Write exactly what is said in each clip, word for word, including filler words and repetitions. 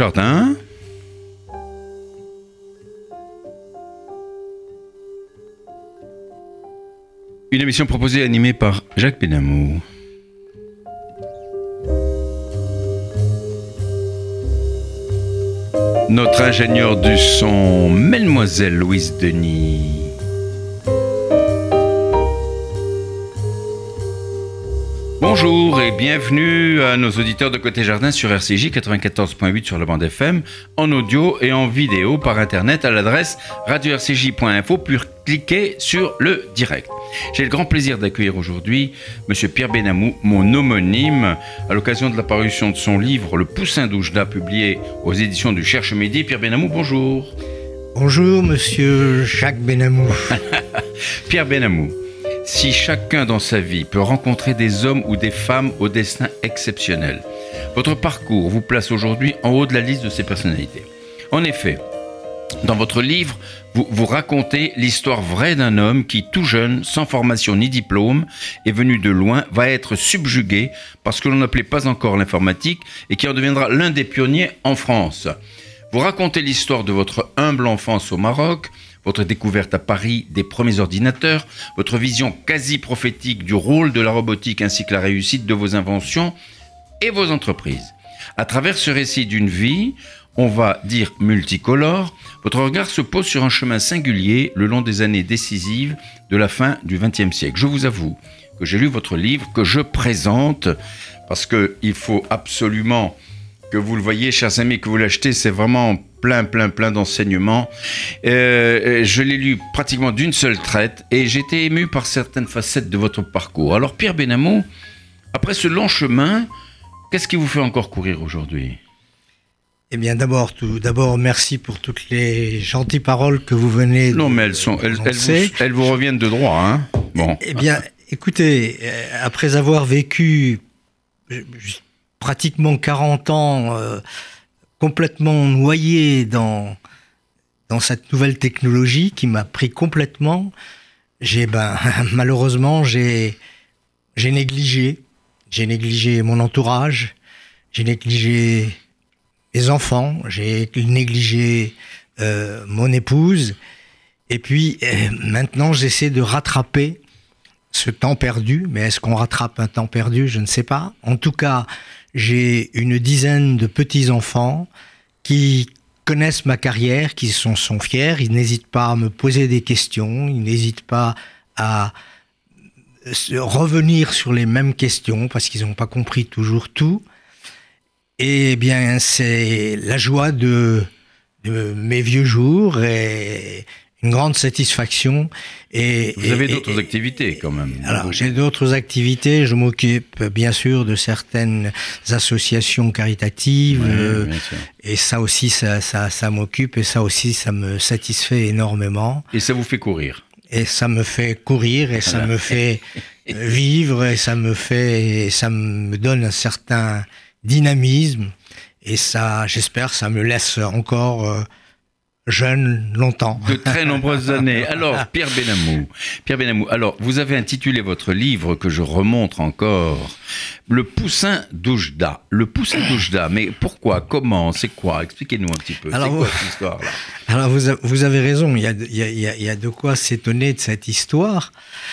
Jardin. Une émission proposée et animée par Jacques Benamou. Notre ingénieur du son, Mademoiselle Louise Denis. Bonjour et bienvenue à nos auditeurs de Côté Jardin sur R C J quatre-vingt-quatorze point huit sur la bande F M, en audio et en vidéo par internet à l'adresse radio r c j point info pour cliquer sur le direct. J'ai le grand plaisir d'accueillir aujourd'hui Monsieur Pierre Benamou, mon homonyme, à l'occasion de la parution de son livre Le Poussin d'Oujda, publié aux éditions du Cherche Midi. Pierre Benamou, bonjour. Bonjour Monsieur Jacques Benamou. Pierre Benamou. Si chacun dans sa vie peut rencontrer des hommes ou des femmes au destin exceptionnel, votre parcours vous place aujourd'hui en haut de la liste de ces personnalités. En effet, dans votre livre, vous, vous racontez l'histoire vraie d'un homme qui, tout jeune, sans formation ni diplôme, est venu de loin, va être subjugué par ce que l'on n'appelait pas encore l'informatique et qui en deviendra l'un des pionniers en France. Vous racontez l'histoire de votre humble enfance au Maroc, votre découverte à Paris des premiers ordinateurs, votre vision quasi prophétique du rôle de la robotique ainsi que la réussite de vos inventions et vos entreprises. À travers ce récit d'une vie, on va dire multicolore, votre regard se pose sur un chemin singulier le long des années décisives de la fin du vingtième siècle. Je vous avoue que j'ai lu votre livre, que je présente, parce qu'il faut absolument que vous le voyez, chers amis, que vous l'achetez, c'est vraiment plein, plein, plein d'enseignements. Euh, je l'ai lu pratiquement d'une seule traite et j'ai été ému par certaines facettes de votre parcours. Alors, Pierre Benamou, après ce long chemin, qu'est-ce qui vous fait encore courir aujourd'hui ? Eh bien, d'abord, tout, d'abord, merci pour toutes les gentilles paroles que vous venez de... Non, mais elles sont, elles, elles, vous, elles vous reviennent de droit, hein ? Bon. Eh bien, écoutez, après avoir vécu pratiquement quarante ans, euh, complètement noyé dans, dans cette nouvelle technologie qui m'a pris complètement, j'ai, ben, malheureusement, j'ai, j'ai négligé. J'ai négligé mon entourage, j'ai négligé mes enfants, j'ai négligé euh, mon épouse. Et puis, euh, maintenant, j'essaie de rattraper ce temps perdu. Mais est-ce qu'on rattrape un temps perdu ? Je ne sais pas. En tout cas, j'ai une dizaine de petits-enfants qui connaissent ma carrière, qui sont, sont fiers. Ils n'hésitent pas à me poser des questions. Ils n'hésitent pas à revenir sur les mêmes questions parce qu'ils n'ont pas compris toujours tout. Et bien, c'est la joie de, de mes vieux jours et une grande satisfaction. Et, Vous avez et, d'autres et, activités quand même. Alors, j'ai d'autres activités. Je m'occupe bien sûr de certaines associations caritatives. Oui, euh, bien sûr. Et ça aussi, ça, ça, ça m'occupe et ça aussi, ça me satisfait énormément. Et ça vous fait courir ? Et ça me fait courir, et ça voilà. me fait vivre, et ça me fait, et ça me donne un certain dynamisme, et ça, j'espère, ça me laisse encore euh, jeune longtemps. De très nombreuses années. Alors, Pierre Benamou, Pierre Benamou, alors, vous avez intitulé votre livre, que je remonte encore, Le Poussin d'Oujda. Le Poussin d'Oujda, mais pourquoi, comment, c'est quoi ? Expliquez-nous un petit peu. Alors, c'est quoi vous, cette histoire-là ? Alors, vous, vous avez raison, il y a, il y a, il y a de quoi s'étonner de cette histoire.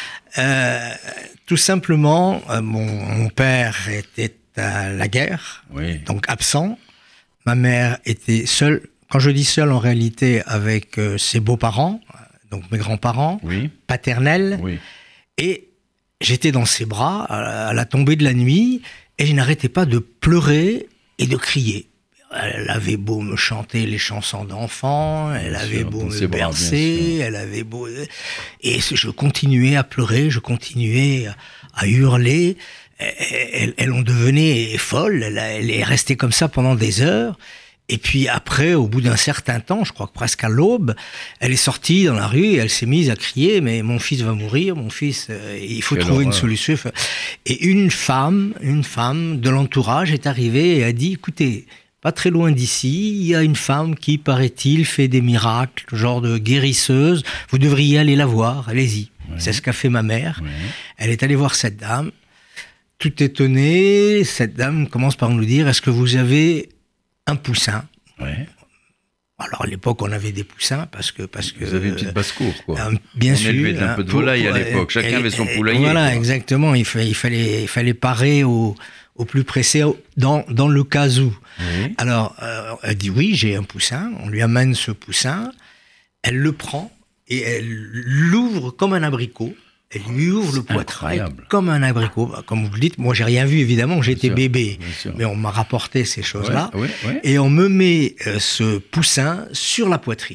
Euh, tout simplement, euh, mon, mon père était à la guerre, oui. Donc absent. Ma mère était seule. Quand je dis seule, en réalité, avec euh, ses beaux-parents, donc mes grands-parents, oui. paternels. Oui. Et j'étais dans ses bras à la tombée de la nuit et je n'arrêtais pas de pleurer et de crier. Elle avait beau me chanter les chansons d'enfants, elle bien avait sûr, beau me bercer, bras, elle avait beau... Et je continuais à pleurer, je continuais à hurler. Elle, elle en devenait folle, elle, elle est restée comme ça pendant des heures. Et puis après, au bout d'un certain temps, je crois que presque à l'aube, elle est sortie dans la rue et elle s'est mise à crier « Mais mon fils va mourir, mon fils, euh, il faut Quelle trouver horreur. Une solution. » Et une femme, une femme de l'entourage est arrivée et a dit « Écoutez, pas très loin d'ici, il y a une femme qui, paraît-il, fait des miracles, genre de guérisseuse. Vous devriez aller la voir, allez-y. Oui. » C'est ce qu'a fait ma mère. Oui. Elle est allée voir cette dame. Tout étonnée, cette dame commence par nous dire « Est-ce que vous avez un poussin ?» Ouais. Alors à l'époque, on avait des poussins parce que parce que vous avez une petite basse-cour, quoi. Euh, bien on sûr. On élevait un peu de volaille à l'époque. Chacun et, avait son poulailler. Voilà, quoi. exactement. Il fallait il fallait il fallait parer au au plus pressé dans dans le cas où. Oui. Alors euh, elle dit oui, j'ai un poussin. On lui amène ce poussin. Elle le prend et elle l'ouvre comme un abricot. Elle lui ouvre le poitrail comme un abricot. Comme vous le dites, moi j'ai rien vu évidemment, j'étais bébé, mais on m'a rapporté ces choses-là. Ouais, ouais, ouais. Et on me met euh, ce poussin sur la poitrine.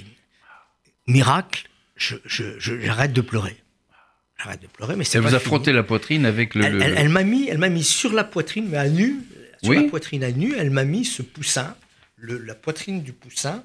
Miracle, je, je, je, j'arrête de pleurer. J'arrête de pleurer, mais c'est elle pas vous a fini. frotté la poitrine avec le. Elle, le... elle, elle m'a mis, elle m'a mis sur la poitrine, mais à nu, sur oui. la poitrine à nu, elle m'a mis ce poussin, le, la poitrine du poussin,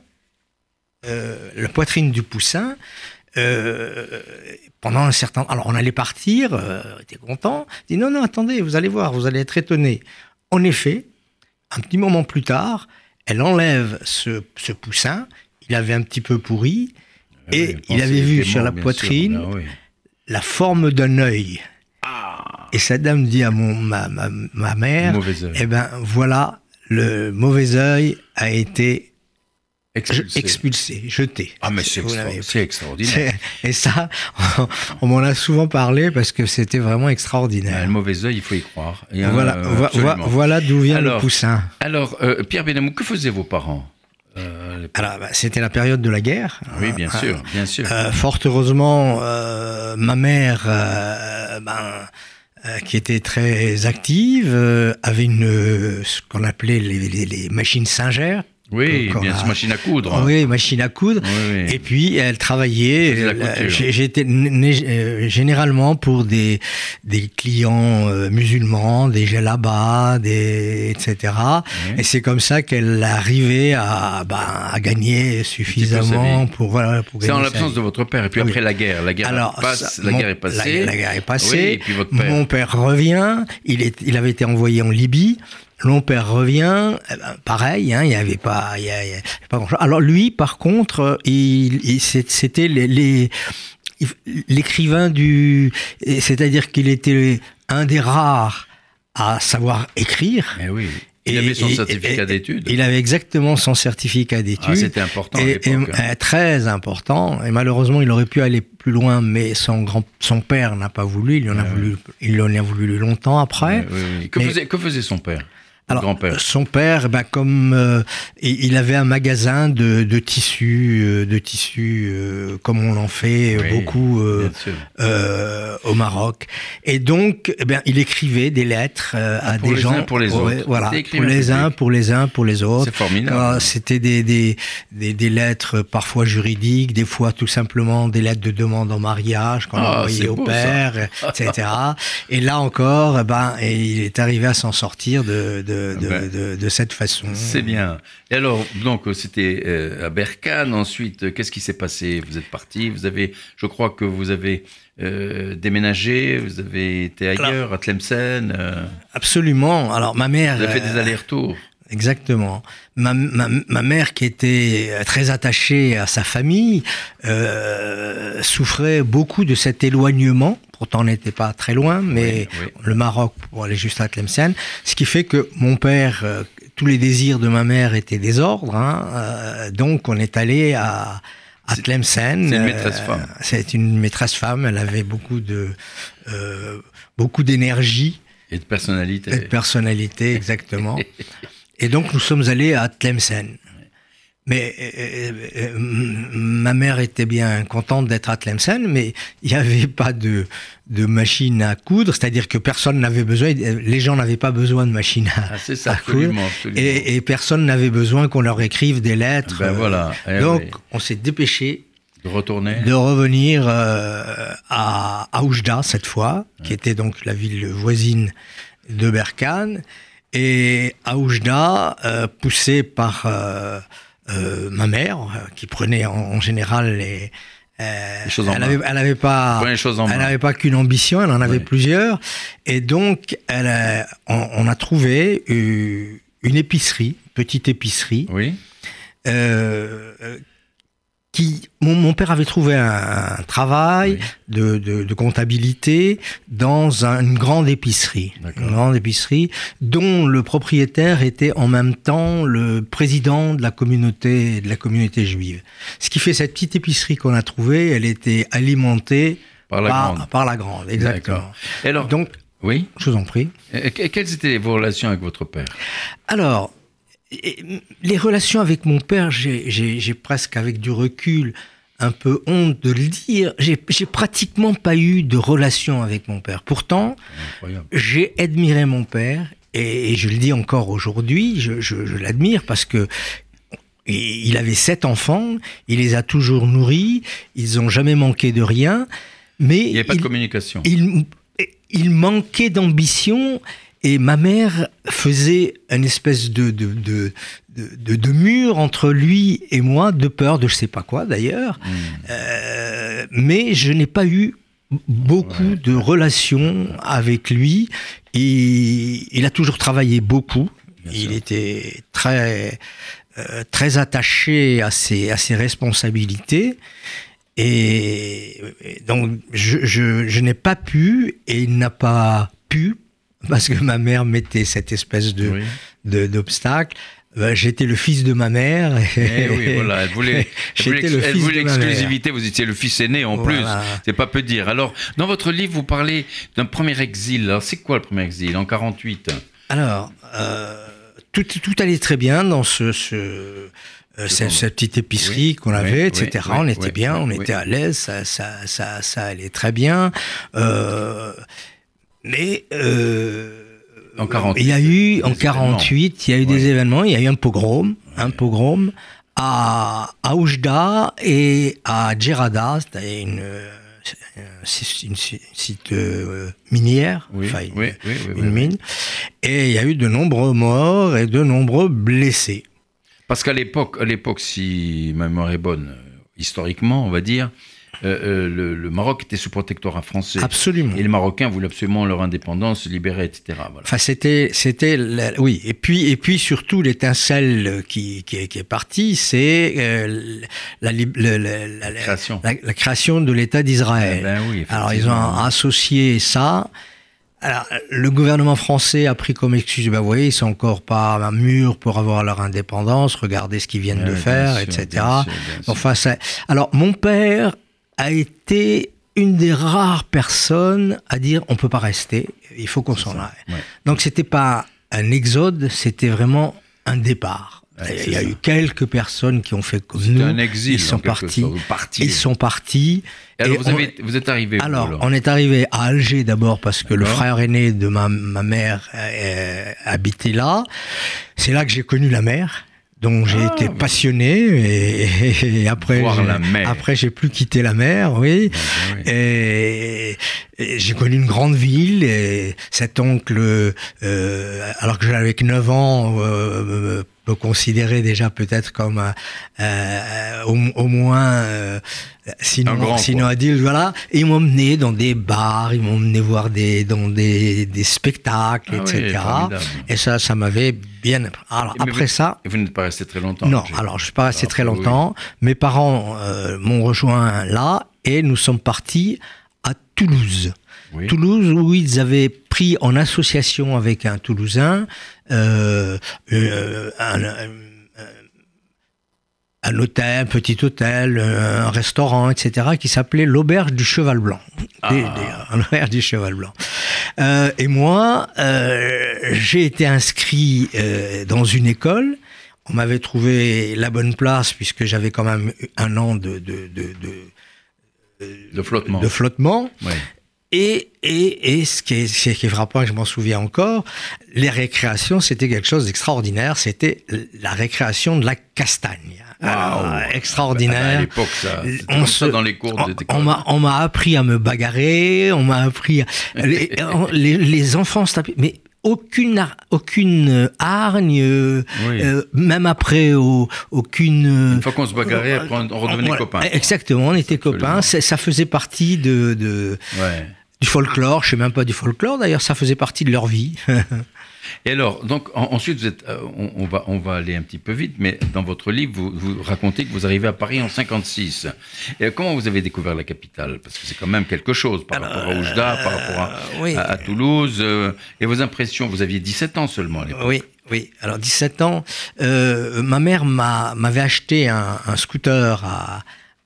euh, la poitrine du poussin. Euh, pendant un certain temps, alors on allait partir, euh, on était content, dit non, non, attendez, vous allez voir, vous allez être étonné. En effet, un petit moment plus tard, elle enlève ce, ce poussin, il avait un petit peu pourri, ah et oui, il avait vu sur la poitrine ah oui. la forme d'un œil. Ah. Et cette dame dit à mon, ma, ma, ma mère, eh ben voilà, le mauvais œil a été Expulsé. expulsé, jeté. Ah mais c'est, extra- c'est extraordinaire. C'est, et ça, on, on m'en a souvent parlé parce que c'était vraiment extraordinaire. Ah, le mauvais œil, il faut y croire. Et voilà, euh, vo- vo- voilà d'où vient alors, le poussin. Alors, euh, Pierre Benamou, que faisaient vos parents euh, Alors, bah, c'était la période de la guerre. Oui, bien euh, sûr, bien sûr. Euh, fort heureusement, euh, ma mère, euh, ben, euh, qui était très active, euh, avait une, ce qu'on appelait les, les, les machines singères. Oui, bien sûr, machine à coudre. Oui, machine à coudre. Oui, oui. Et puis, elle travaillait. Euh, j'étais euh, généralement pour des des clients euh, musulmans, des djellabas, des et cetera. Oui. Et c'est comme ça qu'elle arrivait à bah, à gagner suffisamment pour voilà pour. C'est en l'absence de votre père. Et puis après oui. la guerre, la guerre Alors, passe, ça, la mon, guerre est passée. La, la guerre est passée. Oui, et puis votre père. Mon père revient. Il est, il avait été envoyé en Libye. Mon père revient, eh ben, pareil, hein, il n'y avait pas, il y a, il y a pas grand-chose. Alors lui, par contre, il, il, c'était les, les, l'écrivain du, c'est-à-dire qu'il était un des rares à savoir écrire. Eh oui. Il avait son certificat et, d'études. Il avait exactement son certificat d'études. Ah, c'était important à et, l'époque. Et, hein. Très important. Et malheureusement, il aurait pu aller plus loin, mais son grand, son père n'a pas voulu. Il en a ah, voulu, oui. il en a voulu longtemps après. Oui, oui, oui. Que, faisait, que faisait son père? Alors, grand-père. Son père, ben, comme euh, il avait un magasin de, de tissus, euh, de tissus euh, comme on en fait oui, beaucoup euh, euh, au Maroc. Et donc, eh ben, il écrivait des lettres euh, à pour des les gens, uns pour les ouais, autres. voilà, pour les uns, pour les uns, pour les autres. C'est formidable. Alors, c'était des, des des des lettres parfois juridiques, des fois tout simplement des lettres de demande en mariage qu'on ah, envoyait au père, et cetera. Et là encore, eh ben, et il est arrivé à s'en sortir de, de De, ben, de, de cette façon. C'est bien. Et alors, donc, c'était euh, à Berkane. Ensuite, qu'est-ce qui s'est passé? Vous êtes parti. Vous avez, je crois que vous avez euh, déménagé. Vous avez été ailleurs, alors, à Tlemcen. Euh... Absolument. Alors, ma mère. Vous avez fait des allers-retours. Exactement. Ma, ma, ma mère, qui était très attachée à sa famille, euh, souffrait beaucoup de cet éloignement. Pourtant, on n'était pas très loin, mais oui, oui. le Maroc, pour aller juste à Tlemcen. Ce qui fait que mon père, euh, tous les désirs de ma mère étaient désordres. Hein, euh, donc, on est allé à, à c'est, Tlemcen. C'est une maîtresse femme. Euh, c'est une maîtresse femme. Elle avait beaucoup de, euh, beaucoup d'énergie. Et de personnalité. Et de personnalité, exactement. Et donc, nous sommes allés à Tlemcen. Mais euh, euh, ma mère était bien contente d'être à Tlemcen, mais il n'y avait pas de, de machine à coudre, c'est-à-dire que personne n'avait besoin, les gens n'avaient pas besoin de machine à, ah, c'est ça, à absolument, coudre, absolument. Et, et personne n'avait besoin qu'on leur écrive des lettres. Ben voilà. Eh donc, oui. on s'est dépêché de retourner, de revenir euh, à, à Oujda cette fois, ouais. qui était donc la ville voisine de Berkane, et à Oujda, euh, poussé par euh, Euh, ma mère, euh, qui prenait en, en général les, euh, les choses en elle avait, elle avait pas, elle n'avait pas qu'une ambition, elle en avait oui. plusieurs, et donc elle a, on, on a trouvé une épicerie, petite épicerie, oui. euh, qui, mon, mon père avait trouvé un, un travail oui. de, de, de comptabilité dans un, une grande épicerie, D'accord. une grande épicerie dont le propriétaire était en même temps le président de la communauté, de la communauté juive. Ce qui fait cette petite épicerie qu'on a trouvée, elle était alimentée par la par, grande. Par la grande, exactement. Et alors, donc, oui, je vous en prie. Et quelles étaient vos relations avec votre père ? Alors. Et les relations avec mon père, j'ai, j'ai, j'ai presque avec du recul un peu honte de le dire, j'ai, j'ai pratiquement pas eu de relation avec mon père. Pourtant, Incroyable. J'ai admiré mon père et, et je le dis encore aujourd'hui, je, je, je l'admire parce que il avait sept enfants, il les a toujours nourris, ils n'ont jamais manqué de rien, mais il n'y avait pas il, de communication. Il, il manquait d'ambition. Et ma mère faisait une espèce de, de, de, de, de mur entre lui et moi, de peur de je sais pas quoi d'ailleurs. Mmh. Euh, mais je n'ai pas eu beaucoup ouais. de relations avec lui. Et il a toujours travaillé beaucoup. Bien il sûr. était très, euh, très attaché à ses, à ses responsabilités. Et donc, je, je, je n'ai pas pu, et il n'a pas pu, parce que ma mère mettait cette espèce de, oui. de d'obstacle. Ben, j'étais le fils de ma mère. Et eh oui, voilà, elle voulait, elle voulait, le elle voulait l'exclusivité, vous étiez le fils aîné en voilà. plus, c'est pas peu dire. Alors, dans votre livre, vous parlez d'un premier exil. Alors, c'est quoi le premier exil, en quarante-huit ? Alors, euh, tout, tout allait très bien dans ce... ce Cette, cette petite épicerie oui, qu'on avait, oui, et cetera. Oui, on était oui, bien, oui, on oui. était à l'aise, ça, ça, ça, ça allait très bien. Euh, mais euh, en quarante-huit, il y a eu en quarante-huit, il y a eu oui. des événements. Il y a eu un pogrom, oui. un pogrom à à Oujda et à Djerada, c'était une une site euh, minière, oui, enfin oui, oui, oui, une oui, mine. Oui. Et il y a eu de nombreux morts et de nombreux blessés. Parce qu'à l'époque, à l'époque, si ma mémoire est bonne, historiquement, on va dire, euh, euh, le, le Maroc était sous protectorat français. Absolument. Et les Marocains voulaient absolument leur indépendance, se libérer, et cetera. Voilà. Enfin, c'était, c'était, la, oui. Et puis, et puis surtout, l'étincelle qui, qui, qui est partie, c'est euh, la, la, la, la, la, création. La, la création de l'État d'Israël. Eh ben oui, alors, ils ont associé ça. Alors, le gouvernement français a pris comme excuse, ben, vous voyez, ils sont encore pas mûrs pour avoir leur indépendance, regardez ce qu'ils viennent ouais, de faire, sûr, et cetera. Bien sûr, bien sûr. Enfin, ça... Alors, mon père a été une des rares personnes à dire, on peut pas rester, il faut qu'on c'est s'en aille. Ouais. Donc, c'était pas un exode, c'était vraiment un départ. Ouais, il y a ça. eu quelques personnes qui ont fait comme C'était nous. un exil, ils sont partis. partis. Ils sont partis. Et alors, et vous, on... avez, vous êtes arrivé Alors, où, alors on est arrivé à Alger d'abord parce que D'accord. le frère aîné de ma, ma mère euh, habitait là. C'est là que j'ai connu la mer. Donc j'ai ah, été passionné et, et, et après Voir j'ai, la mer. après j'ai plus quitté la mer, oui. Ah, oui. Et, et j'ai connu une grande ville et cet oncle, euh, alors que j'avais que neuf ans, euh, me considérait déjà peut-être comme euh, au, au moins euh, sinon grand, sinon adulte, voilà. Et ils m'ont emmené dans des bars, ils m'ont emmené voir des dans des, des spectacles, ah, et cetera. Oui, et ça, ça m'avait bien. Alors mais après vous, ça, vous n'êtes pas resté très longtemps. Non, alors je suis pas resté alors, très longtemps. Oui. Mes parents euh, m'ont rejoint là et nous sommes partis à Toulouse. Oui. Toulouse, où ils avaient pris en association avec un Toulousain euh, euh, un, un, un hôtel, un petit hôtel, un restaurant, et cetera, qui s'appelait l'Auberge du Cheval Blanc. Ah. Des, des, l'Auberge du Cheval Blanc. Euh, et moi, euh, j'ai été inscrit euh, dans une école. On m'avait trouvé la bonne place puisque j'avais quand même un an de de de, de, de flottement. De flottement. Ouais. Et, et, et ce qui est, ce qui est frappant, et je m'en souviens encore, les récréations, c'était quelque chose d'extraordinaire. C'était la récréation de la castagne. Wow. Alors, extraordinaire. À l'époque, ça, c'était on comme se, ça dans les cours de on, on m'a, on m'a appris à me bagarrer, on m'a appris... À, les, les, les enfants se tapaient... Mais aucune, aucune hargne, oui. euh, même après, au, aucune... Une fois qu'on se bagarrait, après on redevenait voilà, copains. Exactement, on était Absolument. copains. Ça, ça faisait partie de... de ouais. du folklore, je sais même pas du folklore, d'ailleurs, ça faisait partie de leur vie. Et alors, donc, en, ensuite, vous êtes, euh, on, on, va, on va aller un petit peu vite, mais dans votre livre, vous, vous racontez que vous arrivez à Paris en cinquante-six. Et comment vous avez découvert la capitale? Parce que c'est quand même quelque chose par alors, rapport à Oujda, euh, par rapport à, oui. à, à Toulouse. Euh, et vos impressions, vous aviez dix-sept ans seulement à l'époque. Oui, oui. Alors, dix-sept ans, euh, ma mère m'a, m'avait acheté un, un scooter à...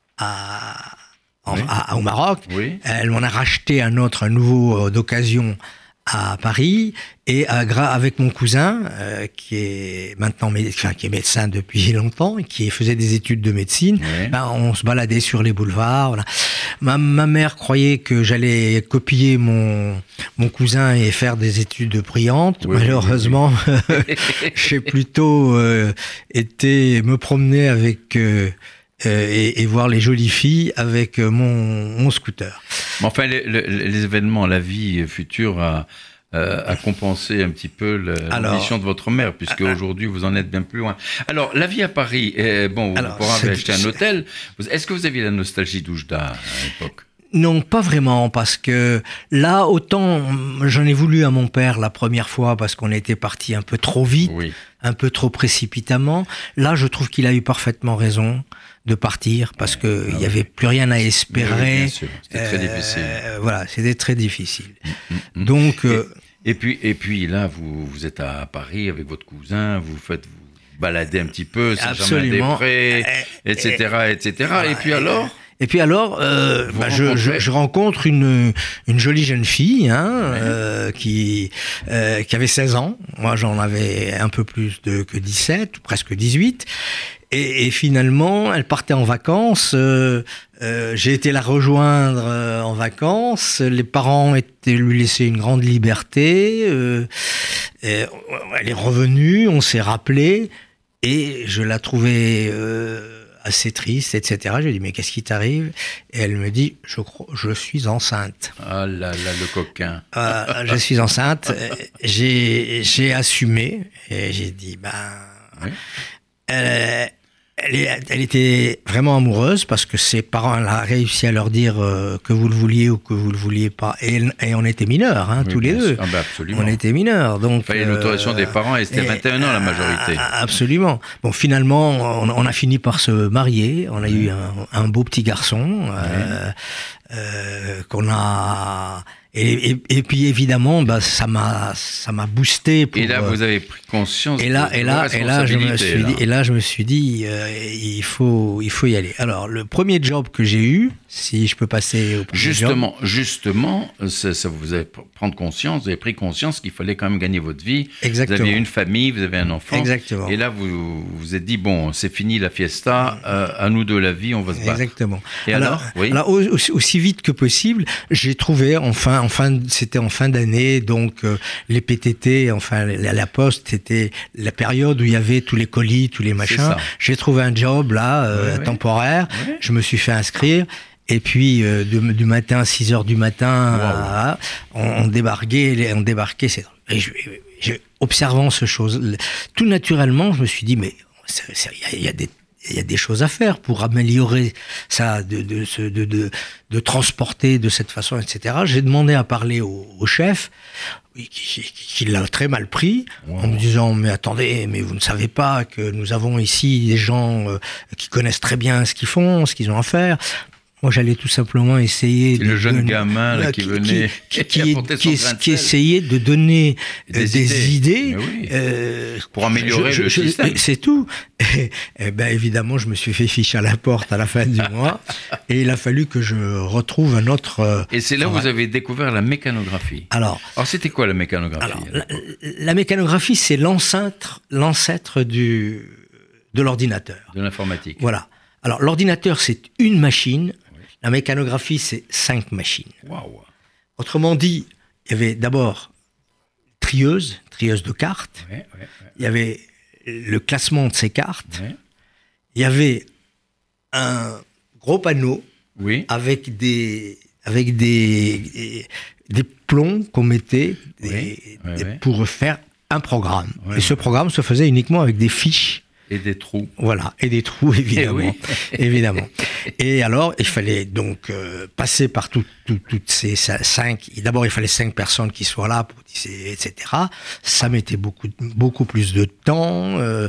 à En, oui. à, au Maroc. Oui. Elle m'en a racheté un autre, un nouveau euh, d'occasion à Paris. Et euh, avec mon cousin, euh, qui est maintenant mé- enfin, qui est médecin depuis longtemps, et qui faisait des études de médecine, oui. ben, on se baladait sur les boulevards. Voilà. Ma, ma mère croyait que j'allais copier mon, mon cousin et faire des études brillantes. Oui, Malheureusement, oui, oui. j'ai plutôt euh, été me promener avec... Euh, Euh, et, et voir les jolies filles avec euh, mon, mon scooter. Mais enfin, les, les, les événements, la vie future a, euh, a compensé un petit peu l'ambition de votre mère, puisque euh, aujourd'hui vous en êtes bien plus loin. Alors, la vie à Paris, euh, bon, alors, vous pourrez acheter un hôtel. Est-ce que vous aviez la nostalgie d'Oujda à l'époque ? Non, pas vraiment, parce que là, autant j'en ai voulu à mon père la première fois parce qu'on était parti un peu trop vite, oui. un peu trop précipitamment. Là, je trouve qu'il a eu parfaitement raison de partir parce que il ah, n'y avait oui. plus rien à espérer. Oui, bien sûr. C'était euh, très difficile. Voilà, c'était très difficile. Mmh, mmh. Donc, et, euh, et puis, et puis là, vous, vous êtes à Paris avec votre cousin, vous faites vous balader un petit peu, Saint-Germain-des-Prés, et cetera, et cetera. Et puis alors. Et puis alors, euh, bah je, je, je rencontre une, une jolie jeune fille hein, ouais. euh, qui, euh, qui avait seize ans. Moi, j'en avais un peu plus de, que dix-sept, ou presque dix-huit. Et, et finalement, elle partait en vacances. Euh, euh, j'ai été la rejoindre euh, en vacances. Les parents étaient lui laisser une grande liberté. Euh, et elle est revenue, on s'est rappelé. Et je la trouvais... Euh, assez triste, et cetera. Je lui ai dit, mais qu'est-ce qui t'arrive ? Et elle me dit, je crois, je suis enceinte. Ah là là, le coquin. Euh, je suis enceinte. j'ai, j'ai assumé et j'ai dit, ben, oui. elle, elle, est, elle était vraiment amoureuse parce que ses parents, elle a réussi à leur dire euh, que vous le vouliez ou que vous le vouliez pas. Et, et on était mineurs, hein, oui, tous les deux. Ah ben absolument. On était mineurs. Donc, il fallait euh, l'autorisation des parents et c'était et, vingt et un ans la majorité. Absolument. Bon, finalement, on, on a fini par se marier. On a oui. eu un, un beau petit garçon oui. euh, euh, qu'on a... Et, et, et puis évidemment, bah, ça m'a, ça m'a boosté. Pour, et là, vous avez pris conscience. Et là, de et là, et là, je me suis là. dit, et là, je me suis dit, euh, il faut, il faut y aller. Alors, le premier job que j'ai eu, si je peux passer au premier justement, job. Justement, ça, ça vous avez prendre conscience, vous avez pris conscience qu'il fallait quand même gagner votre vie. Exactement. Vous aviez une famille, vous avez un enfant. Exactement. Et là, vous vous êtes dit bon, c'est fini la fiesta, euh, à nous de la vie, on va se battre. Exactement. Et alors, alors, oui. alors aussi, aussi vite que possible, j'ai trouvé enfin. Enfin, c'était en fin d'année, donc euh, les P T T, enfin la, la Poste, c'était la période où il y avait tous les colis, tous les machins. J'ai trouvé un job là, euh, oui, temporaire. Oui. Je me suis fait inscrire. Et puis euh, de, du matin à six heures du matin, wow. à, on, on débarquait, on débarquait. C'est, et je, je, observant ce chose, tout naturellement, je me suis dit mais il y, y a des il y a des choses à faire pour améliorer ça, de, de, de, de, de, de transporter de cette façon, et cetera. J'ai demandé à parler au, au chef, qui, qui, qui l'a très mal pris, wow. en me disant, mais attendez, mais vous ne savez pas que nous avons ici des gens euh, qui connaissent très bien ce qu'ils font, ce qu'ils ont à faire. Moi, j'allais tout simplement essayer... C'est de le jeune donner, gamin là, qui, qui venait... Qui, qui, qui, qui, qui essayait de donner des, euh, des idées... idées oui. euh, pour améliorer je, je, le système. C'est tout. Et, et ben, évidemment, je me suis fait fiche à la porte à la fin du mois. Et il a fallu que je retrouve un autre... Euh, et c'est là où vous avez découvert la mécanographie. Alors, alors c'était quoi la mécanographie alors, la, la mécanographie, c'est l'ancêtre, l'ancêtre du, de l'ordinateur. De l'informatique. Voilà. Alors, l'ordinateur, c'est une machine... La mécanographie, c'est cinq machines. Wow. Autrement dit, il y avait d'abord trieuse, trieuse de cartes. Ouais, ouais, ouais. Il y avait le classement de ces cartes. Ouais. Il y avait un gros panneau oui. avec des avec des des plombs qu'on mettait oui. des, ouais, des, ouais. pour faire un programme. Ouais, Et ce programme se faisait uniquement avec des fiches. Et des trous. Voilà, et des trous, évidemment. Et oui. évidemment. Et alors, il fallait donc euh, passer par tout, tout, toutes ces cinq... D'abord, il fallait cinq personnes qui soient là, pour, et cetera. Ça mettait beaucoup, beaucoup plus de temps, euh,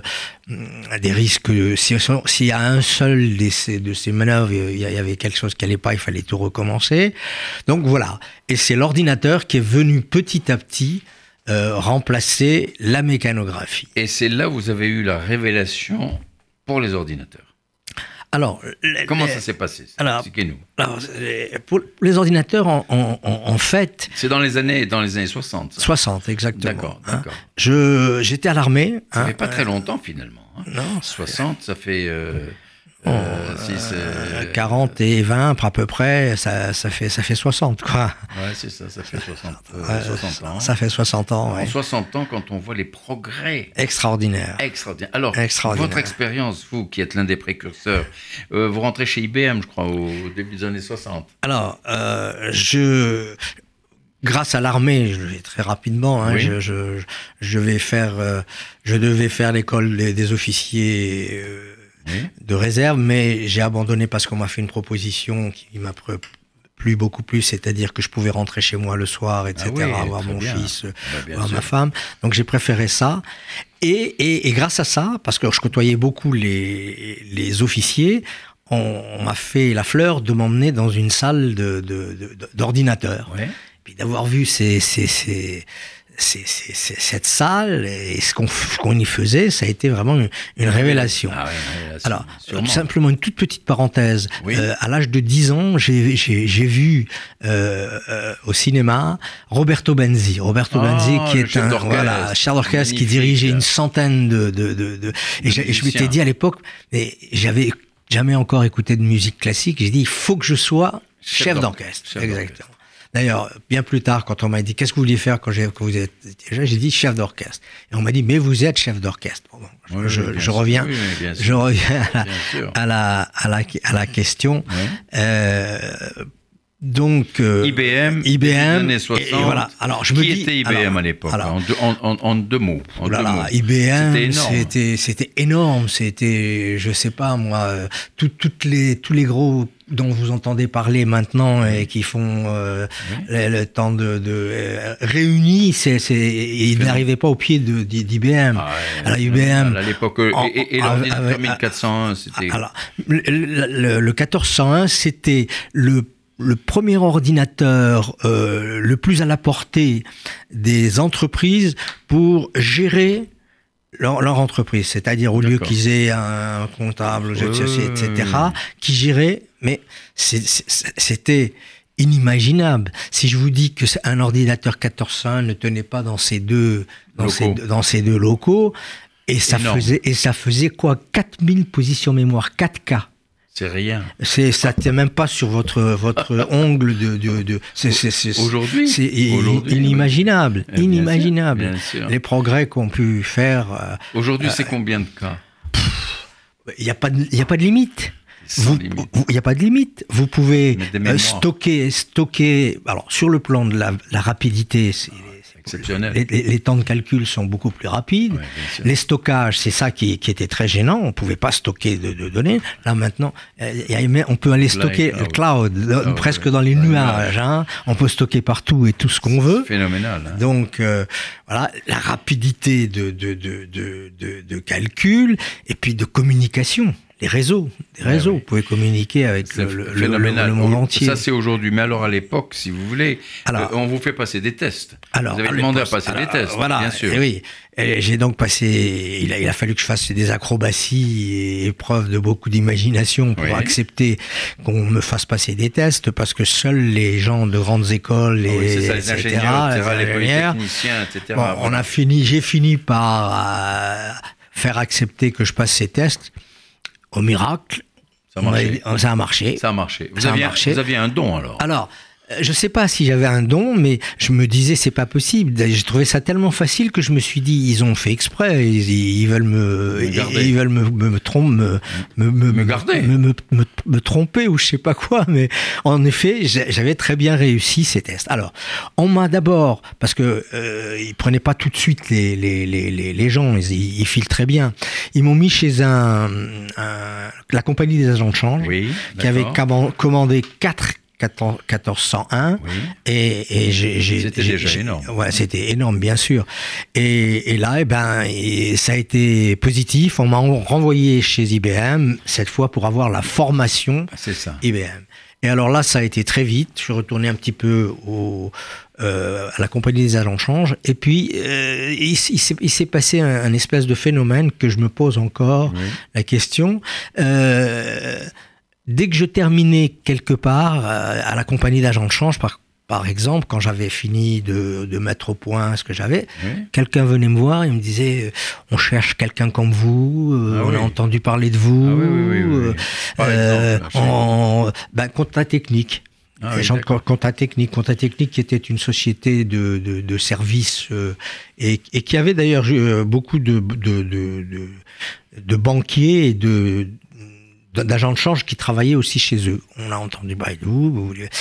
des risques... S'il si y a un seul de ces, de ces manœuvres, il y avait quelque chose qui n'allait pas, il fallait tout recommencer. Donc voilà. Et c'est l'ordinateur qui est venu petit à petit Euh, remplacer la mécanographie. Et c'est là où vous avez eu la révélation pour les ordinateurs. Alors, comment les, ça s'est passé? Alors, expliquez-nous. Alors, pour les ordinateurs, en, en, en fait... C'est dans les années, dans les années soixante. Ça. soixante, exactement. D'accord, hein. d'accord. Je, j'étais à l'armée. Ça hein, fait pas euh, très longtemps, finalement. Hein. Non. soixante, ça fait... Euh, Bon, euh, six, euh, quarante et vingt, à peu près, ça, ça, fait, ça fait soixante, quoi. Ouais, c'est ça, ça fait soixante, euh, ouais, soixante ans. Ça fait soixante ans, En ouais. soixante ans, quand on voit les progrès... Extraordinaire. Extraordinaire. Alors, Extraordinaire. votre expérience, vous, qui êtes l'un des précurseurs, euh, vous rentrez chez I B M, je crois, au début des années soixante. Alors, euh, je... Grâce à l'armée, je vais très rapidement, hein, oui. je, je, je vais faire, euh, je devais faire l'école des, des officiers euh, oui. de réserve, mais j'ai abandonné parce qu'on m'a fait une proposition qui m'a plu beaucoup plus, c'est-à-dire que je pouvais rentrer chez moi le soir, et cetera, ah oui, voir mon bien. fils, bah, voir sûr. ma femme. Donc j'ai préféré ça. Et, et, et grâce à ça, parce que je côtoyais beaucoup les, les officiers, on, on m'a fait la fleur de m'emmener dans une salle de, de, de, d'ordinateur. Ouais. Puis d'avoir vu ces, ces, ces, ces, ces, ces, cette salle et ce qu'on, ce qu'on y faisait, ça a été vraiment une, une révélation. Ah ouais, une révélation. Alors, sûrement. Simplement une toute petite parenthèse. Oui. Euh, à l'âge de dix ans, j'ai, j'ai, j'ai vu euh, euh, au cinéma Roberto Benzi. Roberto oh, Benzi, qui est un voilà, chef d'orchestre qui dirigeait une centaine de... de, de, de et, et je m'étais dit à l'époque, mais j'avais jamais encore écouté de musique classique, j'ai dit, il faut que je sois chef, chef d'orchestre. Chef Exactement. D'orchestre. D'ailleurs, bien plus tard, quand on m'a dit « Qu'est-ce que vous vouliez faire quand, j'ai, quand vous étiez jeune ?» J'ai dit « Chef d'orchestre ». Et on m'a dit « Mais vous êtes chef d'orchestre ». Bon, bon, oui, je, oui, je, reviens, oui, je reviens à la, à la, à la, à la question. Oui. Euh, donc, euh, I B M, I B M, années soixante. Et voilà. Alors, je Qui me dis, était I B M alors, à l'époque alors, en, deux, en, en, en deux mots. En là, deux là, mots. I B M, c'était énorme. C'était, c'était énorme. C'était, je sais pas moi, tout, toutes les, tous les gros dont vous entendez parler maintenant et qui font euh, oui. le, le temps de, de euh, réunis, c'est, c'est, ils n'arrivaient pas au pied de, de, d'I B M. Ah ouais, alors I B M, à l'époque, en, et, et l'ordinateur mille quatre cent un, c'était... Alors, le, le, le quatorze cent un, c'était le le premier ordinateur euh, le plus à la portée des entreprises pour gérer leur, leur entreprise. C'est-à-dire, au D'accord. lieu qu'ils aient un comptable, euh... et cetera, qui gérait, mais c'est, c'est, c'était inimaginable. Si je vous dis que un ordinateur quatorze cent un ne tenait pas dans ces deux, dans ces, dans ces deux locaux, et ça Énorme. faisait, et ça faisait quoi? quatre mille positions mémoire, quatre K. C'est rien. C'est, ça tient même pas sur votre, votre ongle de, de, de c'est, c'est, c'est, aujourd'hui. C'est aujourd'hui, inimaginable. Oui. Inimaginable. Bien sûr, bien sûr. Les progrès qu'ont pu faire. Euh, aujourd'hui, euh, c'est combien de cas? Il n'y a pas de, il y a pas de limite. Il n'y a pas de limite. Vous pouvez euh, stocker, stocker. Alors, sur le plan de la, la rapidité, c'est, exceptionnel. Les, les, les temps de calcul sont beaucoup plus rapides. Ouais, les stockages, c'est ça qui, qui était très gênant. On ne pouvait pas stocker de, de données. Là, maintenant, on peut aller stocker le cloud, cloud, cloud presque ouais. dans les ouais, nuages. Ouais. Hein. On peut stocker partout et tout ce qu'on veut. Phénoménal. Hein. Donc, euh, voilà, la rapidité de, de, de, de, de, de calcul et puis de communication. Les réseaux, des réseaux, ouais, oui. Vous pouvez communiquer avec le, le, le, le monde entier. Ça, c'est aujourd'hui. Mais alors, à l'époque, si vous voulez, alors, euh, on vous fait passer des tests. Alors, vous avez demandé à passer alors, des tests, voilà, bien sûr. Et oui, et j'ai donc passé... Il a, il a fallu que je fasse des acrobaties et preuve de beaucoup d'imagination pour oui. accepter qu'on me fasse passer des tests, parce que seuls les gens de grandes écoles, et, oui, c'est ça, les et ingénieurs, cetera, les polytechniciens, et cetera. Bon, on a fini, j'ai fini par euh, faire accepter que je passe ces tests. Au miracle, ça a marché. Ça a marché. Ça a marché. Vous, ça aviez, a marché. vous aviez un don alors. Alors, Je sais pas si j'avais un don, mais je me disais c'est pas possible. J'ai trouvé ça tellement facile que je me suis dit ils ont fait exprès, ils, ils veulent me, me ils, ils veulent me me me, trompe, me, me, me, me garder, me, me, me, me tromper ou je sais pas quoi. Mais en effet, j'avais très bien réussi ces tests. Alors, on m'a d'abord parce que euh, ils prenaient pas tout de suite les les les les, les gens, ils, ils filtraient bien. Ils m'ont mis chez un, un la compagnie des agents de change, oui, qui avait commandé quatre quatorze cent un oui. et, et j'ai, j'ai, c'était j'ai, déjà j'ai, énorme. Ouais, c'était énorme, bien sûr. Et, et là, eh ben, et ça a été positif. On m'a renvoyé chez I B M cette fois pour avoir la formation C'est ça. I B M. Et alors là, ça a été très vite. Je suis retourné un petit peu au, euh, à la compagnie des agents de change. Et puis, euh, il, il, s'est, il s'est passé un, un espèce de phénomène que je me pose encore oui. la question. Euh, Dès que je terminais quelque part euh, à la compagnie d'agents de change, par, par exemple, quand j'avais fini de, de mettre au point ce que j'avais, oui. quelqu'un venait me voir et me disait « On cherche quelqu'un comme vous, euh, ah on oui. a entendu parler de vous. Ah » oui, oui, oui, oui. Par euh, exemple, en ben, compta technique. Ah, oui, compta technique, compta technique qui était une société de, de, de services euh, et, et qui avait d'ailleurs beaucoup de, de, de, de, de banquiers et de d'agents de change qui travaillaient aussi chez eux. On a entendu parler de vous. vous voulez...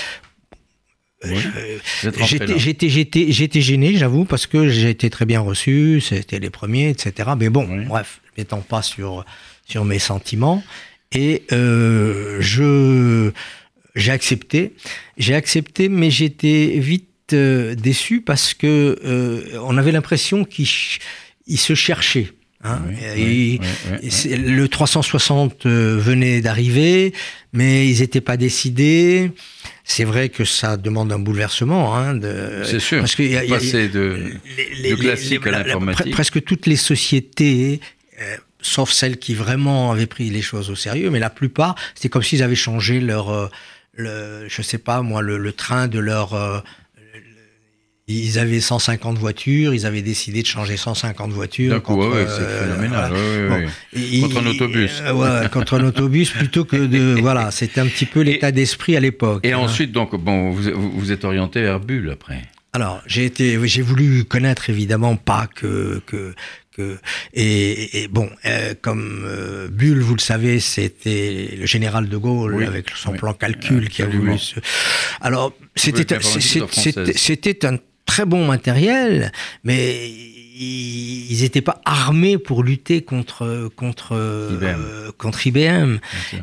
oui, euh, j'étais, j'étais, j'étais, j'étais gêné, j'avoue, parce que j'ai été très bien reçu, c'était les premiers, et cetera. Mais bon, oui. bref, je m'étends pas sur, sur mes sentiments. Et euh, je, j'ai accepté. J'ai accepté, mais j'étais vite euh, déçu parce que euh, on avait l'impression qu'il il se cherchait. Hein, oui, et, oui, oui, oui. Le trois cent soixante euh, venait d'arriver, mais ils n'étaient pas décidés. C'est vrai que ça demande un bouleversement. Hein, de, c'est sûr. Parce que y a, y a, passer de, les, de classique les, les, à l'informatique. La, presque toutes les sociétés, euh, sauf celles qui vraiment avaient pris les choses au sérieux, mais la plupart, c'était comme s'ils avaient changé leur, euh, le, je sais pas moi, le, le train de leur euh, ils avaient cent cinquante voitures, ils avaient décidé de changer cent cinquante voitures. D'un coup, contre, ouais, c'est euh, phénoménal. Voilà. Ouais, ouais, bon. ouais. Contre un autobus. Euh, ouais, contre un autobus plutôt que de... voilà, c'était un petit peu l'état et, d'esprit à l'époque. Et hein. ensuite, donc, bon, vous, vous êtes orienté vers Bull après. Alors, j'ai été, j'ai voulu connaître évidemment pas que... que Que, et, et bon, euh, comme euh, Bull, vous le savez, c'était le général de Gaulle oui, avec son oui, plan calcul qui a voulu se... Alors, c'était, c'était, c'était un très bon matériel, mais ils n'étaient pas armés pour lutter contre contre I B M. Euh, contre I B M.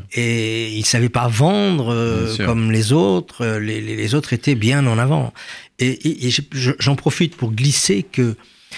Et ils savaient pas vendre euh, comme les autres. Les, les, les autres étaient bien en avant. Et, et, et j'en profite pour glisser que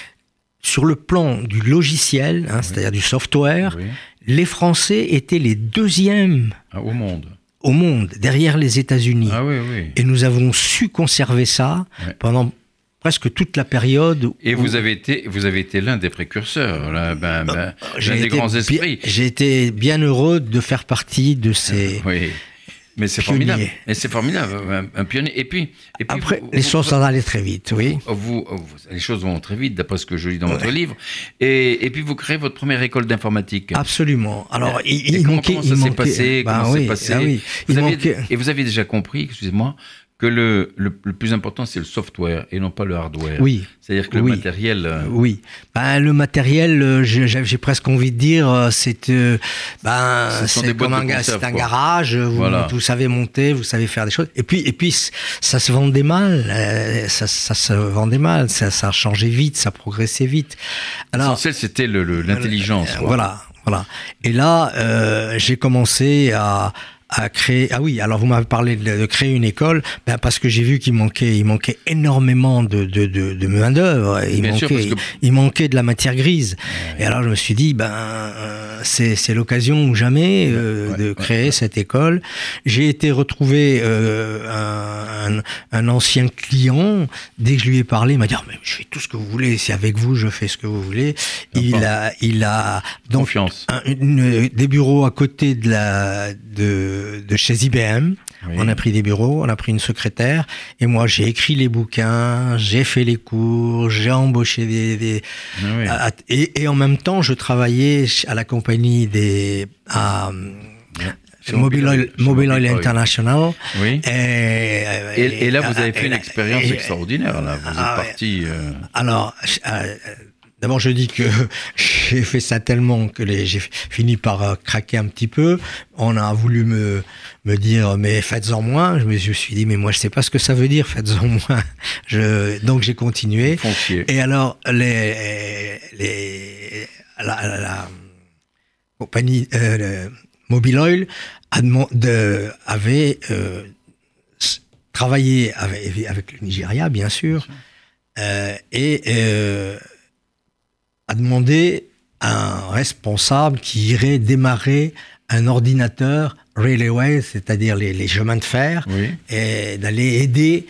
sur le plan du logiciel, hein, oui. c'est-à-dire du software, oui. les Français étaient les deuxièmes ah, au monde. Au monde, derrière les États-Unis. Ah, oui, oui. Et nous avons su conserver ça oui. pendant presque toute la période. Et où... vous avez été, vous avez été l'un des précurseurs, là, ben, ben, l'un des grands esprits. Bi- j'ai été bien heureux de faire partie de ces. oui. Mais c'est pionniers. formidable. Et c'est formidable, un, un pionnier. Et puis, et puis après, vous, les choses vont aller très vite, oui. Vous, vous, les choses vont très vite, d'après ce que je lis dans ouais. votre livre. Et, et puis, vous créez votre première école d'informatique. Absolument. Alors, et, il, et il comment, manquait, comment ça il s'est manquait, passé bah, Comment oui, s'est passé ah oui. vous aviez, manquait... Et vous aviez déjà compris, excusez-moi, que le, le, le plus important, c'est le software et non pas le hardware. Oui. C'est-à-dire que le oui. matériel... Euh... Oui. Ben, le matériel, j'ai, j'ai presque envie de dire, c'est, euh, ben, c'est comme un, conserve, c'est un garage, vous, voilà. vous savez monter, vous savez faire des choses. Et puis, et puis ça se vendait mal, euh, ça, ça se vendait mal, ça, ça changeait vite, ça progressait vite. Alors, l'essentiel, c'était le, le, l'intelligence. Euh, voilà, voilà. Et là, euh, j'ai commencé à... à créer. Ah oui, alors vous m'avez parlé de, de créer une école, ben parce que j'ai vu qu'il manquait, il manquait énormément de de de, de main d'œuvre. Il Bien manquait, sûr, que... il manquait de la matière grise. Ouais. Et alors je me suis dit, ben euh, c'est c'est l'occasion ou jamais euh, ouais, de créer ouais, cette ouais. école. J'ai été retrouver euh, un, un un ancien client. Dès que je lui ai parlé, il m'a dit, oh, mais je fais tout ce que vous voulez. Si avec vous, je fais ce que vous voulez. Il a il a donc confiance. Un, une, des bureaux à côté de la de de chez I B M. Oui. On a pris des bureaux, on a pris une secrétaire, et moi j'ai écrit les bouquins, j'ai fait les cours, j'ai embauché des... des ah oui. à, et, et en même temps, je travaillais à la compagnie des... à, Mobile Oil, Mobile Oil International. Oui. Et, et, et là, vous avez fait et, une expérience et, extraordinaire. Là, vous êtes ah, parti. Euh... Alors, euh, d'abord, je dis que j'ai fait ça tellement que les, j'ai fini par euh, craquer un petit peu. On a voulu me me dire, mais faites-en moins. Je me suis dit, mais moi, je sais pas ce que ça veut dire, faites-en moins. Je, donc, j'ai continué. Foncier. Et alors, les les la, la, la compagnie euh, le Mobile Oil a de, avait euh, travaillé avec, avec le Nigeria, bien sûr, euh, et euh, a demandé à un responsable qui irait démarrer un ordinateur railway, c'est-à-dire les, les chemins de fer, oui. et d'aller aider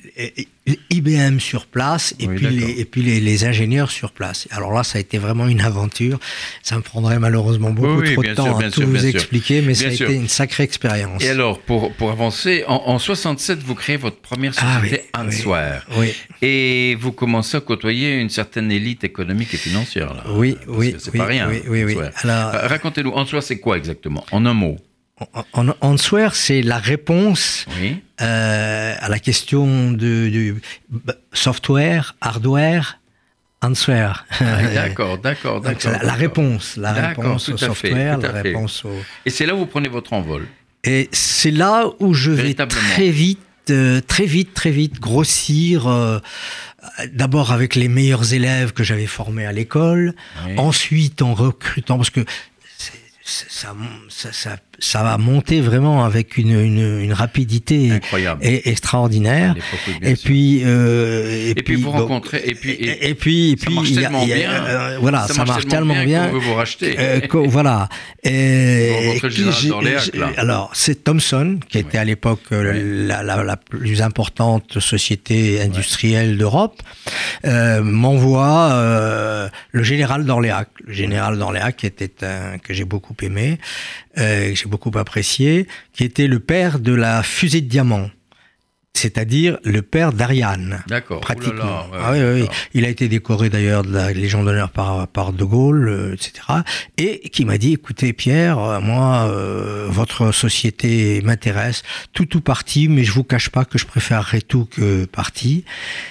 I B M sur place et oui, puis, les, et puis les, les ingénieurs sur place. Alors là, ça a été vraiment une aventure. Ça me prendrait malheureusement beaucoup oui, trop de temps sûr, à tout sûr, vous expliquer, sûr. mais bien ça a sûr. été une sacrée expérience. Et alors, pour, pour avancer, en, en soixante-sept, vous créez votre première société ah, oui, Answer. Oui, oui. Et vous commencez à côtoyer une certaine élite économique et financière. Là, oui, oui. C'est oui, pas rien. Oui, oui, oui. Alors, Racontez-nous, Answer, c'est quoi exactement? En un mot. Answer, c'est la réponse oui. euh, à la question de, de software, hardware, answer. Ah, d'accord, d'accord, d'accord. La, la réponse, la réponse au software, fait, la réponse au... Et c'est là où vous prenez votre envol. Et c'est là où je vais très vite, euh, très vite, très vite grossir. Euh, d'abord avec les meilleurs élèves que j'avais formés à l'école, oui. Ensuite en recrutant, parce que Ça, ça, ça, ça va monter vraiment avec une, une, une rapidité incroyable et, extraordinaire. Et puis, euh, et, et puis, puis vous donc, rencontrez et puis et, et puis, et ça puis, marche il y a, tellement il y a, bien. Euh, voilà, ça, ça marche, marche tellement bien. bien qu'on veut vous racheter. Euh, qu- voilà. Et, vous rencontrez le général d'Orléac, là. Alors, c'est Thomson qui était oui. à l'époque oui. la, la, la plus importante société industrielle oui. d'Europe. Euh, m'envoie euh, le général d'Orléac. Le général d'Orléac qui était un que j'ai beaucoup aimé, euh, que j'ai beaucoup apprécié, qui était le père de la fusée de diamant, c'est-à-dire le père d'Ariane. D'accord. Pratiquement. Là, ouais, ah, oui, oui, oui. Il a été décoré d'ailleurs de la Légion d'honneur par, par De Gaulle, euh, et cetera. Et qui m'a dit, écoutez Pierre, euh, moi, euh, votre société m'intéresse, tout tout parti, mais je vous cache pas que je préférerais tout que parti.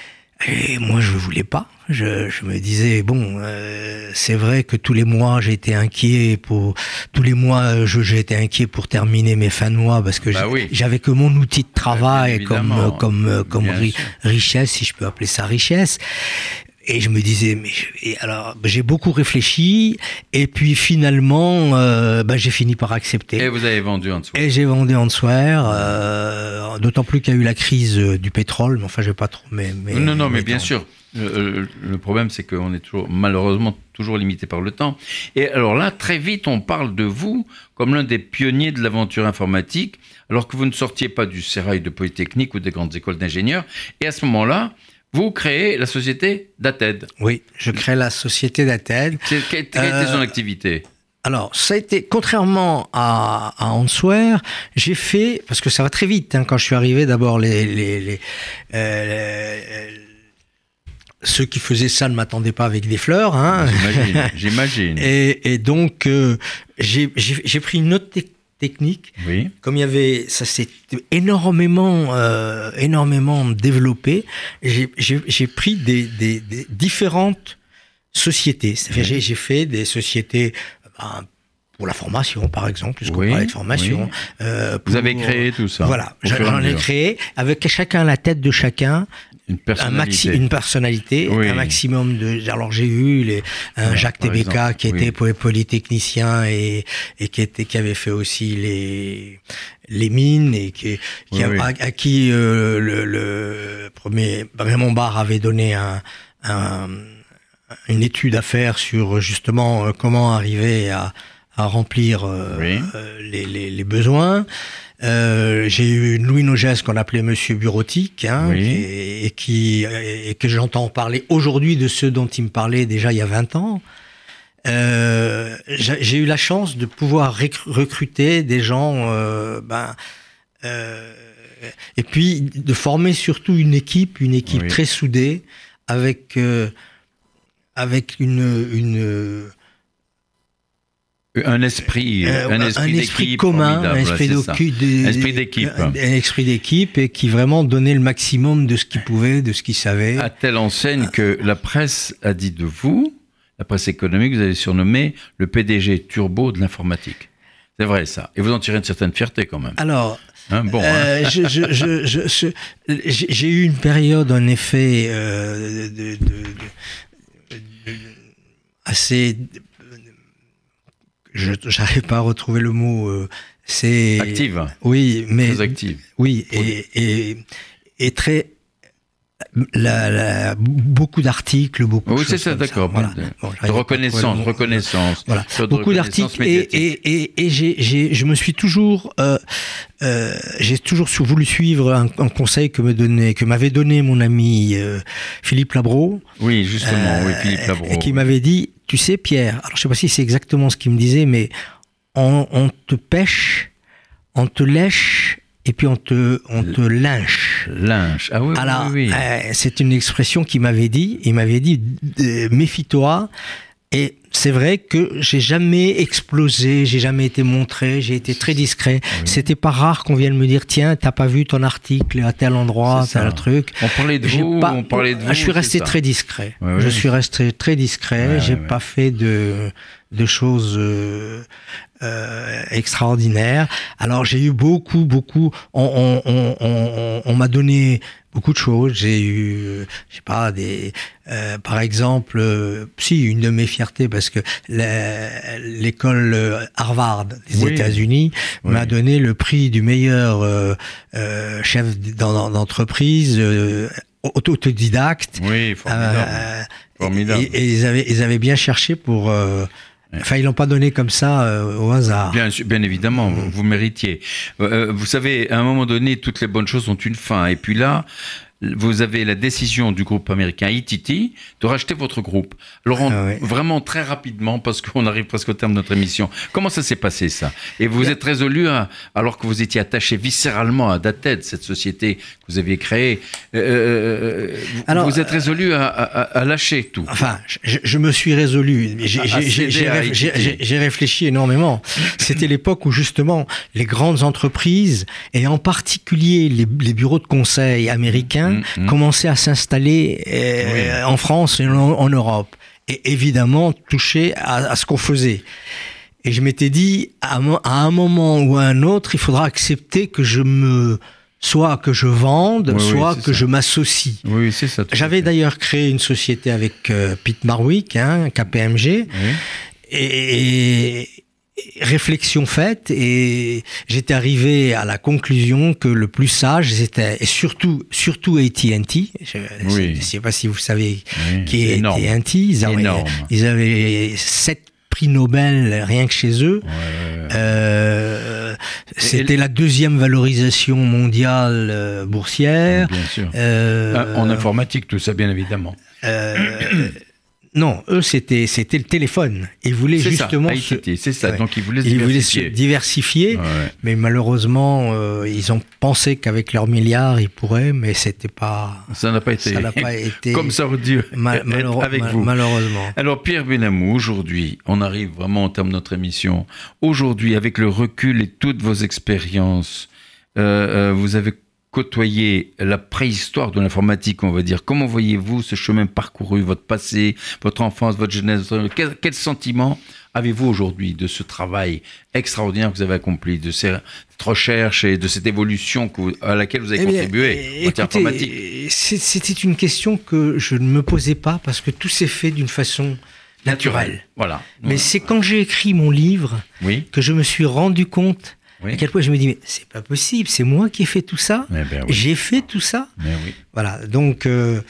Et moi, je voulais pas. Je, je me disais bon, euh, c'est vrai que tous les mois j'étais inquiet pour tous les mois je, j'étais inquiet pour terminer mes fins de mois parce que bah oui. j'avais que mon outil de travail bah, comme comme comme ri, richesse, si je peux appeler ça richesse. Et je me disais, mais et alors j'ai beaucoup réfléchi et puis finalement, euh, bah, j'ai fini par accepter. Et vous avez vendu Answer. Et j'ai vendu Answer, euh, d'autant plus qu'il y a eu la crise du pétrole. Mais enfin, je vais pas trop. Mais, mais non, non, mais, mais bien temps. sûr. Le, le problème, c'est qu'on est toujours, malheureusement, toujours limité par le temps. Et alors là, très vite, on parle de vous comme l'un des pionniers de l'aventure informatique, alors que vous ne sortiez pas du sérail de Polytechnique ou des grandes écoles d'ingénieurs. Et à ce moment-là, vous créez la société Dated. Oui, je crée la société Dated. Quelle était euh, son activité ? Alors, ça a été, contrairement à, à Answer, j'ai fait, parce que ça va très vite, hein, quand je suis arrivé, d'abord, les, les, les, euh, les ceux qui faisaient ça ne m'attendaient pas avec des fleurs. Hein. J'imagine, j'imagine. Et, et donc, euh, j'ai, j'ai, j'ai pris une autre technique. technique. Oui. Comme il y avait, ça s'est énormément, euh, énormément développé. J'ai, j'ai, j'ai pris des, des, des différentes sociétés. C'est-à-dire, oui. j'ai, j'ai fait des sociétés ben, pour la formation, par exemple, puisqu'on oui, parlait de formation. Oui. Euh, pour, Vous avez créé tout ça. Voilà, j'en ai créé avec chacun la tête de chacun. Une personnalité. Un maxi, une personnalité, oui. un maximum de. Alors j'ai eu les, un voilà, Jacques Tébeka qui était oui. polytechnicien et, et qui était qui avait fait aussi les les mines et qui, qui oui, a, oui. À, à qui euh, le, le premier Raymond Barre avait donné un, un une étude à faire sur justement euh, comment arriver à à remplir euh, oui. euh, les, les les besoins. Euh, j'ai eu Louis Nogès qu'on appelait Monsieur Bureautique, hein, oui. et, et qui et que j'entends parler aujourd'hui de ceux dont il me parlait déjà il y a vingt ans. Euh, j'ai, j'ai eu la chance de pouvoir recruter des gens, euh, ben, euh, et puis de former surtout une équipe, une équipe oui. très soudée, avec euh, avec une une Un esprit, euh, un esprit, un esprit d'équipe commun, un esprit, de, de, esprit d'équipe. Un, un esprit d'équipe et qui vraiment donnait le maximum de ce qu'il pouvait, de ce qu'il savait. À telle enseigne que la presse a dit de vous, la presse économique, vous avez surnommé le P D G turbo de l'informatique. C'est vrai ça. Et vous en tirez une certaine fierté quand même. Alors, hein, bon, euh, hein. je, je, je, je, je, j'ai eu une période en effet euh, de, de, de, de, assez... Je n'arrive pas à retrouver le mot. Euh, c'est active. Oui, mais très active. Oui, et, et, et très. La, la, beaucoup d'articles, beaucoup. Oui, de c'est ça, d'accord. Voilà. Bon, de reconnaissance, reconnaissance. Voilà. De beaucoup d'articles et, et, et, et j'ai, j'ai, je me suis toujours, euh, euh, j'ai toujours voulu suivre un, un conseil que me donnait, que m'avait donné mon ami euh, Philippe Labro. Oui, justement, euh, oui, Philippe Labro. Et qui m'avait dit, tu sais, Pierre. Alors, je sais pas si c'est exactement ce qu'il me disait, mais on, on te pêche, on te lèche. Et puis on te, on te lynche. Lynche, ah oui, Alors, oui, oui. Euh, c'est une expression qu'il m'avait dit. Il m'avait dit, euh, méfie-toi. Et c'est vrai que j'ai jamais explosé, j'ai jamais été montré, j'ai été très discret. Oui. C'était pas rare qu'on vienne me dire, tiens, t'as pas vu ton article à tel endroit, tel truc. On parlait de vous, pas, on parlait de vous. Je suis resté très discret. Oui, oui, je oui. suis resté très discret. Ouais, j'ai ouais, pas ouais. fait de, de choses euh, euh, extraordinaires. Alors j'ai eu beaucoup, beaucoup. On, on, on, on, on m'a donné beaucoup de choses. J'ai eu, je sais pas, des, euh, par exemple, euh, si une de mes fiertés, parce que la, l'école Harvard des oui. États-Unis oui. m'a donné le prix du meilleur euh, euh, chef d'entreprise euh, autodidacte. Oui, formidable. Euh, formidable. Et, et ils avaient, ils avaient bien cherché pour. Euh, Enfin, ils l'ont pas donné comme ça euh, au hasard. Bien, bien évidemment, mmh. vous, vous méritiez. Euh, vous savez, à un moment donné, toutes les bonnes choses ont une fin. Et puis là, vous avez la décision du groupe américain I T T de racheter votre groupe. Laurent, ah ouais. vraiment très rapidement, parce qu'on arrive presque au terme de notre émission. Comment ça s'est passé, ça? Et vous yeah. êtes résolu, à, alors que vous étiez attaché viscéralement à Dated, cette société que vous aviez créée, euh, alors, vous êtes résolu à, à, à lâcher tout. Enfin, je, je me suis résolu. J'ai, j'ai, j'ai, j'ai, j'ai, j'ai réfléchi énormément. C'était l'époque où, justement, les grandes entreprises, et en particulier les, les bureaux de conseil américains, Mmh, mmh. commençaient à s'installer euh, oui. en France et en, en Europe. Et évidemment, toucher à, à ce qu'on faisait. Et je m'étais dit, à, à un moment ou à un autre, il faudra accepter que je me... soit que je vende, oui, soit oui, que ça. je m'associe. Oui, c'est ça. J'avais d'ailleurs créé une société avec euh, Pete Marwick, hein, K P M G, oui. et... réflexion faite, et j'étais arrivé à la conclusion que le plus sage c'était, et surtout surtout A T and T, je ne oui. sais pas si vous savez oui, qui est A T and T, ils avaient, ils avaient sept prix Nobel rien que chez eux. Ouais, ouais, ouais. Euh, c'était et la deuxième valorisation mondiale euh, boursière. Bien sûr. Euh, en informatique, tout ça, bien évidemment. Euh, Non, eux, c'était, c'était le téléphone. Ils voulaient c'est justement... Ça, se... T, c'est ça, ouais. donc ils voulaient se ils diversifier. Voulaient se diversifier, ouais. mais malheureusement, euh, ils ont pensé qu'avec leurs milliards, ils pourraient, mais c'était pas... Ça n'a pas été... Ça n'a pas été... Comme ça aurait dû mal, malheure... avec mal, vous. Malheureusement. Alors, Pierre Benhamou, aujourd'hui, on arrive vraiment au terme de notre émission. Aujourd'hui, avec le recul et toutes vos expériences, euh, euh, vous avez côtoyer la préhistoire de l'informatique, on va dire. Comment voyez-vous ce chemin parcouru, votre passé, votre enfance, votre jeunesse? Quel, quel sentiment avez-vous aujourd'hui de ce travail extraordinaire que vous avez accompli, de cette recherche et de cette évolution que vous, à laquelle vous avez eh contribué bien, en matière informatique? C'était une question que je ne me posais pas parce que tout s'est fait d'une façon naturelle. naturelle. Voilà. Mais voilà. c'est quand j'ai écrit mon livre oui. que je me suis rendu compte oui. à quel point je me dis, mais c'est pas possible, c'est moi qui ai fait tout ça, ben oui. j'ai fait tout ça. Ben oui. Voilà, donc, euh,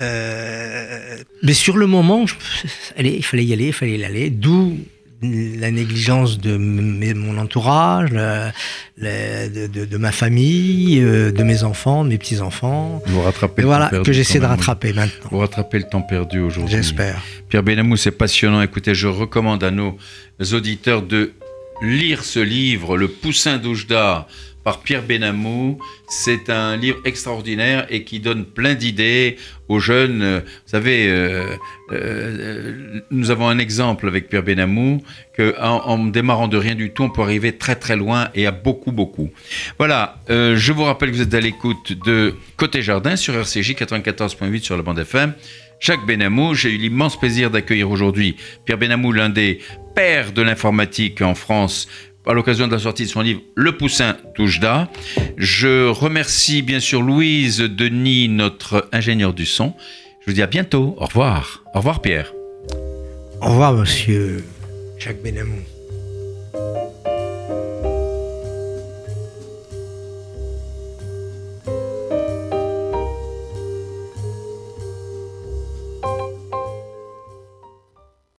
euh, mais sur le moment, je, allez, il fallait y aller, il fallait y aller, d'où la négligence de m- mon entourage, la, la, de, de, de ma famille, euh, de mes enfants, de mes petits-enfants. Vous rattrapez et le voilà, temps perdu. Que j'essaie de rattraper maintenant. Vous rattrapez le temps perdu aujourd'hui. J'espère. Pierre Benhamou, c'est passionnant. Écoutez, je recommande à nos auditeurs de lire ce livre, Le Poussin d'Oujda, par Pierre Benhamou. C'est un livre extraordinaire et qui donne plein d'idées aux jeunes. Vous savez, euh, euh, nous avons un exemple avec Pierre Benhamou, qu'en en démarrant de rien du tout, on peut arriver très très loin et à beaucoup beaucoup. Voilà, euh, je vous rappelle que vous êtes à l'écoute de Côté Jardin sur R C J quatre-vingt-quatorze virgule huit sur la bande F M. Jacques Benhamou, j'ai eu l'immense plaisir d'accueillir aujourd'hui Pierre Benhamou, l'un des pères de l'informatique en France, à l'occasion de la sortie de son livre Le Poussin Toujda. Je remercie bien sûr Louise Denis, notre ingénieur du son. Je vous dis à bientôt. Au revoir. Au revoir Pierre. Au revoir monsieur Jacques Benhamou.